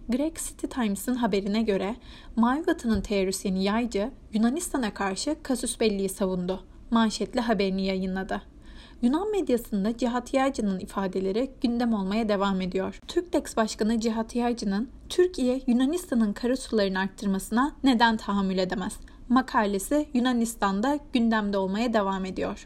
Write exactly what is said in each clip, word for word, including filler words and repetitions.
Greek City Times'ın haberine göre Mavi Vatan'ın teorisyeni Yaycı Yunanistan'a karşı kasus belliyi savundu. Manşetli haberini yayınladı. Yunan medyasında Cihat Yaycı'nın ifadeleri gündem olmaya devam ediyor. Türktex Başkanı Cihat Yaycı'nın Türkiye Yunanistan'ın karasularını arttırmasına neden tahammül edemez? Makalesi Yunanistan'da gündemde olmaya devam ediyor.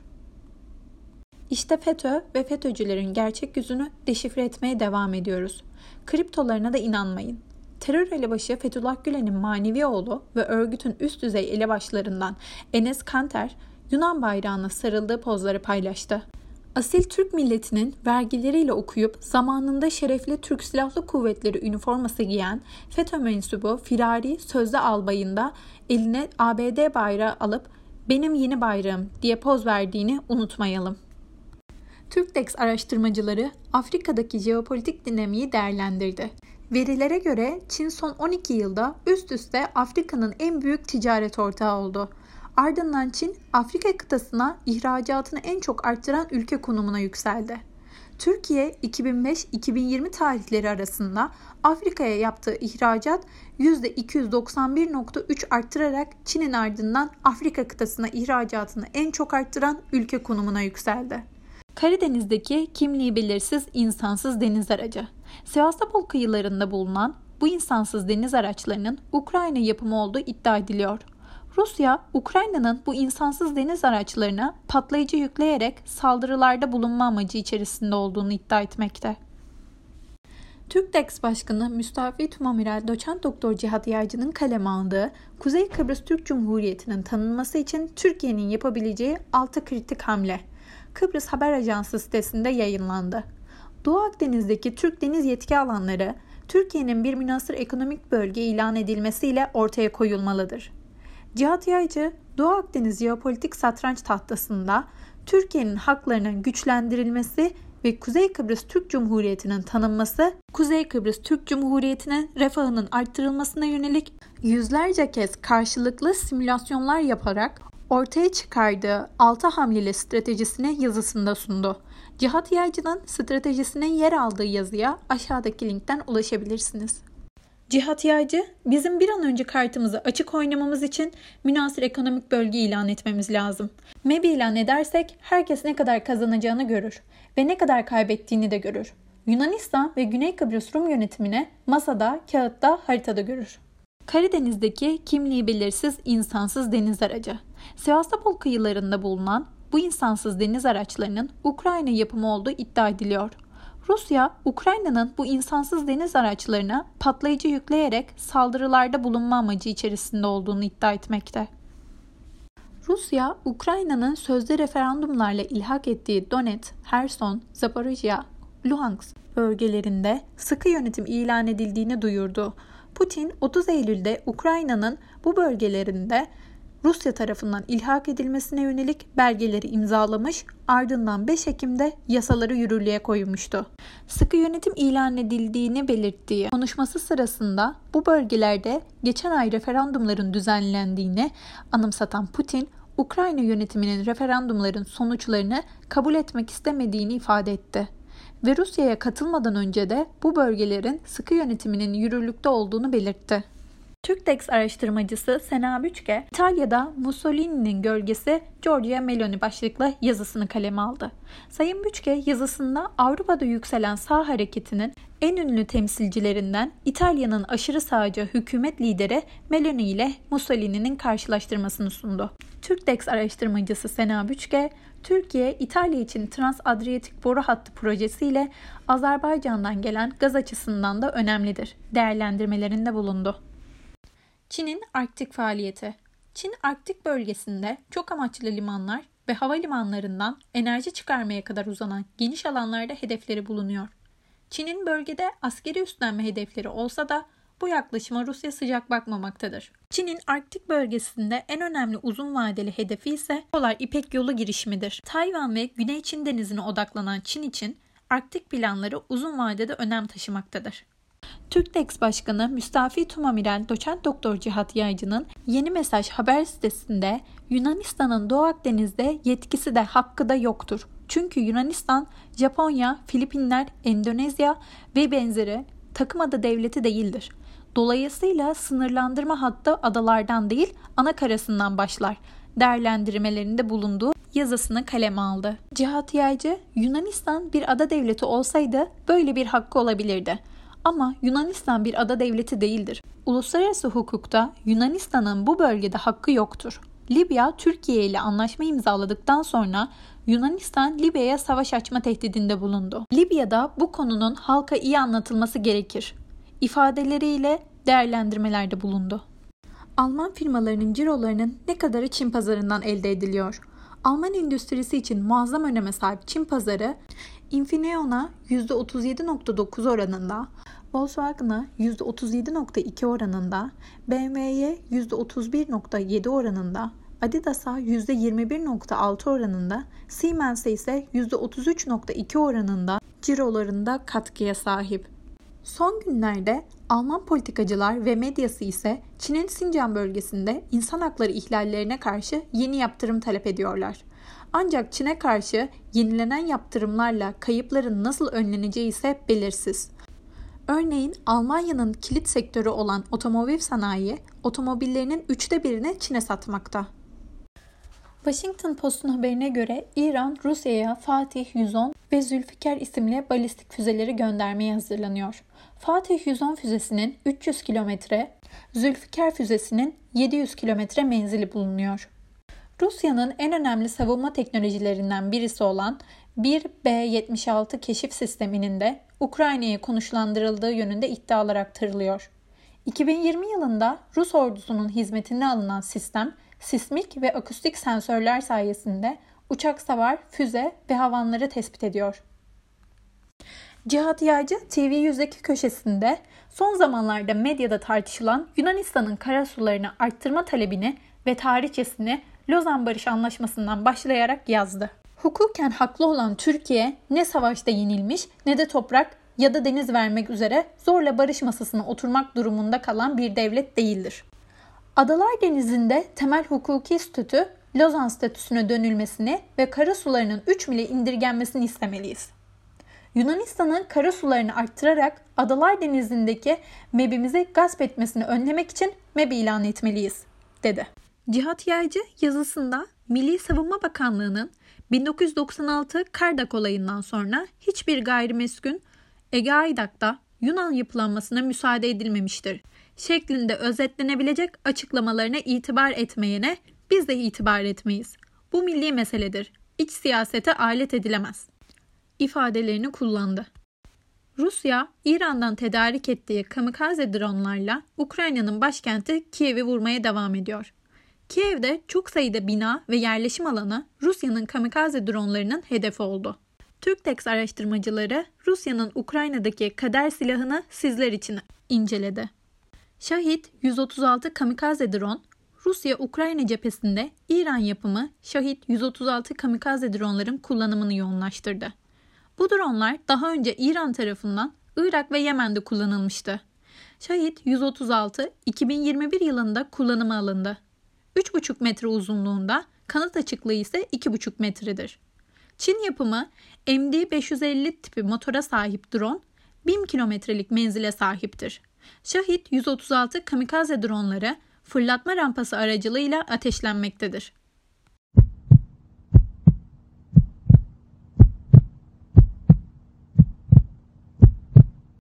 İşte FETÖ ve FETÖ'cülerin gerçek yüzünü deşifre etmeye devam ediyoruz. Kriptolarına da inanmayın. Terör elebaşı Fethullah Gülen'in manevi oğlu ve örgütün üst düzey elebaşlarından Enes Kanter, Yunan bayrağına sarıldığı pozları paylaştı. Asil Türk milletinin vergileriyle okuyup zamanında şerefli Türk Silahlı Kuvvetleri üniforması giyen FETÖ mensubu Firari sözde albayında eline A B D bayrağı alıp "Benim yeni bayrağım" diye poz verdiğini unutmayalım. Türktex araştırmacıları Afrika'daki jeopolitik dinamiği değerlendirdi. Verilere göre Çin son on iki yılda üst üste Afrika'nın en büyük ticaret ortağı oldu. Ardından Çin, Afrika kıtasına ihracatını en çok arttıran ülke konumuna yükseldi. Türkiye iki bin beş iki bin yirmi tarihleri arasında Afrika'ya yaptığı ihracat yüzde iki yüz doksan bir virgül üç arttırarak Çin'in ardından Afrika kıtasına ihracatını en çok arttıran ülke konumuna yükseldi. Karadeniz'deki kimliği belirsiz insansız deniz aracı. Sevastopol kıyılarında bulunan bu insansız deniz araçlarının Ukrayna yapımı olduğu iddia ediliyor. Rusya, Ukrayna'nın bu insansız deniz araçlarına patlayıcı yükleyerek saldırılarda bulunma amacı içerisinde olduğunu iddia etmekte. Türktex Başkanı Müstafi Tümamiral Doçent Doktor Cihat Yaycı'nın kaleme aldığı Kuzey Kıbrıs Türk Cumhuriyeti'nin tanınması için Türkiye'nin yapabileceği altı kritik hamle Kıbrıs Haber Ajansı sitesinde yayınlandı. Doğu Akdeniz'deki Türk deniz yetki alanları Türkiye'nin bir münhasır ekonomik bölge ilan edilmesiyle ortaya koyulmalıdır. Cihat Yaycı, Doğu Akdeniz jeopolitik satranç tahtasında Türkiye'nin haklarının güçlendirilmesi ve Kuzey Kıbrıs Türk Cumhuriyeti'nin tanınması, Kuzey Kıbrıs Türk Cumhuriyeti'nin refahının arttırılmasına yönelik yüzlerce kez karşılıklı simülasyonlar yaparak ortaya çıkardığı altı hamleli stratejisini yazısında sundu. Cihat Yaycı'nın stratejisinin yer aldığı yazıya aşağıdaki linkten ulaşabilirsiniz. Cihat Yaycı, bizim bir an önce kartımızı açık oynamamız için münhasır ekonomik bölge ilan etmemiz lazım. M E B ilan edersek herkes ne kadar kazanacağını görür ve ne kadar kaybettiğini de görür. Yunanistan ve Güney Kıbrıs Rum yönetimine masada, kağıtta, haritada görür. Karadeniz'deki kimliği belirsiz insansız deniz aracı. Sevastopol kıyılarında bulunan bu insansız deniz araçlarının Ukrayna yapımı olduğu iddia ediliyor. Rusya, Ukrayna'nın bu insansız deniz araçlarına patlayıcı yükleyerek saldırılarda bulunma amacı içerisinde olduğunu iddia etmekte. Rusya, Ukrayna'nın sözde referandumlarla ilhak ettiği Donetsk, Herson, Zaporijya, Luhansk bölgelerinde sıkı yönetim ilan edildiğini duyurdu. Putin, otuz Eylül'de Ukrayna'nın bu bölgelerinde Rusya tarafından ilhak edilmesine yönelik belgeleri imzalamış, ardından beş Ekim'de yasaları yürürlüğe koymuştu. Sıkı yönetim ilan edildiğini belirttiği konuşması sırasında bu bölgelerde geçen ay referandumların düzenlendiğini anımsatan Putin, Ukrayna yönetiminin referandumların sonuçlarını kabul etmek istemediğini ifade etti. Ve Rusya'ya katılmadan önce de bu bölgelerin sıkı yönetiminin yürürlükte olduğunu belirtti. Türktex araştırmacısı Sena Büçke, İtalya'da Mussolini'nin gölgesi Giorgia Meloni başlıklı yazısını kaleme aldı. Sayın Büçke yazısında Avrupa'da yükselen sağ hareketinin en ünlü temsilcilerinden İtalya'nın aşırı sağcı hükümet lideri Meloni ile Mussolini'nin karşılaştırmasını sundu. Türktex araştırmacısı Sena Büçke, Türkiye, İtalya için Trans-Adriyatik boru hattı projesiyle Azerbaycan'dan gelen gaz açısından da önemlidir değerlendirmelerinde bulundu. Çin'in Arktik faaliyeti. Çin Arktik bölgesinde çok amaçlı limanlar ve havalimanlarından enerji çıkarmaya kadar uzanan geniş alanlarda hedefleri bulunuyor. Çin'in bölgede askeri üstlenme hedefleri olsa da bu yaklaşıma Rusya sıcak bakmamaktadır. Çin'in Arktik bölgesinde en önemli uzun vadeli hedefi ise Polar İpek Yolu girişimidir. Tayvan ve Güney Çin Denizi'ne odaklanan Çin için Arktik planları uzun vadede önem taşımaktadır. Türktex Başkanı Müstafi Tümamiral Doçent Doktor Cihat Yaycı'nın Yeni Mesaj haber sitesinde Yunanistan'ın Doğu Akdeniz'de yetkisi de hakkı da yoktur. Çünkü Yunanistan, Japonya, Filipinler, Endonezya ve benzeri takım ada devleti değildir. Dolayısıyla sınırlandırma hattı adalardan değil ana karasından başlar değerlendirmelerinde bulunduğu yazısını kaleme aldı. Cihat Yaycı, Yunanistan bir ada devleti olsaydı böyle bir hakkı olabilirdi. Ama Yunanistan bir ada devleti değildir. Uluslararası hukukta Yunanistan'ın bu bölgede hakkı yoktur. Libya, Türkiye ile anlaşma imzaladıktan sonra Yunanistan Libya'ya savaş açma tehdidinde bulundu. Libya'da bu konunun halka iyi anlatılması gerekir ifadeleriyle değerlendirmelerde bulundu. Alman firmalarının cirolarının ne kadarı Çin pazarından elde ediliyor? Alman endüstrisi için muazzam öneme sahip Çin pazarı, Infineon'a yüzde otuz yedi virgül dokuz oranında, Volkswagen'a yüzde otuz yedi virgül iki oranında, B M W'ye yüzde otuz bir virgül yedi oranında, Adidas'a yüzde yirmi bir virgül altı oranında, Siemens'e ise yüzde otuz üç virgül iki oranında cirolarında katkıya sahip. Son günlerde Alman politikacılar ve medyası ise Çin'in Sincan bölgesinde insan hakları ihlallerine karşı yeni yaptırım talep ediyorlar. Ancak Çin'e karşı yenilenen yaptırımlarla kayıpların nasıl önleneceği ise belirsiz. Örneğin Almanya'nın kilit sektörü olan otomobil sanayi, otomobillerinin üçte birini Çin'e satmakta. Washington Post'un haberine göre İran, Rusya'ya Fatih yüz on ve Zülfikar isimli balistik füzeleri göndermeye hazırlanıyor. Fatih yüz on füzesinin üç yüz kilometre, Zülfikar füzesinin yedi yüz kilometre menzili bulunuyor. Rusya'nın en önemli savunma teknolojilerinden birisi olan bir B yetmiş altı keşif sisteminin de Ukrayna'ya konuşlandırıldığı yönünde iddialar aktarılıyor. iki bin yirmi yılında Rus ordusunun hizmetine alınan sistem, sismik ve akustik sensörler sayesinde uçak savar, füze ve havanları tespit ediyor. Cihat Yaycı T V yüzdeki köşesinde son zamanlarda medyada tartışılan Yunanistan'ın karasularını arttırma talebini ve tarihçesini Lozan Barış Anlaşması'ndan başlayarak yazdı. Hukuken haklı olan Türkiye ne savaşta yenilmiş ne de toprak ya da deniz vermek üzere zorla barış masasına oturmak durumunda kalan bir devlet değildir. Adalar Denizi'nde temel hukuki statü Lozan statüsüne dönülmesini ve karasularının üç mile indirgenmesini istemeliyiz. Yunanistan'ın karasularını arttırarak Adalar Denizi'ndeki M E B'imizi gasp etmesini önlemek için M E B ilan etmeliyiz, dedi. Cihat Yaycı yazısında Milli Savunma Bakanlığı'nın bin dokuz yüz doksan altı Kardak olayından sonra hiçbir gayrimeskun Ege Aydak'ta Yunan yapılanmasına müsaade edilmemiştir şeklinde özetlenebilecek açıklamalarına itibar etmeyene biz de itibar etmeyiz. Bu milli meseledir. İç siyasete alet edilemez ifadelerini kullandı. Rusya, İran'dan tedarik ettiği kamikaze dronlarla Ukrayna'nın başkenti Kiev'i vurmaya devam ediyor. Kiev'de çok sayıda bina ve yerleşim alanı Rusya'nın kamikaze dronlarının hedefi oldu. Türktex araştırmacıları Rusya'nın Ukrayna'daki kader silahını sizler için inceledi. Şahit yüz otuz altı kamikaze drone, Rusya-Ukrayna cephesinde İran yapımı Şahit yüz otuz altı kamikaze dronların kullanımını yoğunlaştırdı. Bu dronlar daha önce İran tarafından Irak ve Yemen'de kullanılmıştı. Şahit yüz otuz altı iki bin yirmi bir yılında kullanıma alındı. üç buçuk metre uzunluğunda, kanat açıklığı ise iki buçuk metredir. Çin yapımı M D beş yüz elli tipi motora sahip drone bin kilometrelik menzile sahiptir. Şahit yüz otuz altı kamikaze dronları fırlatma rampası aracılığıyla ateşlenmektedir.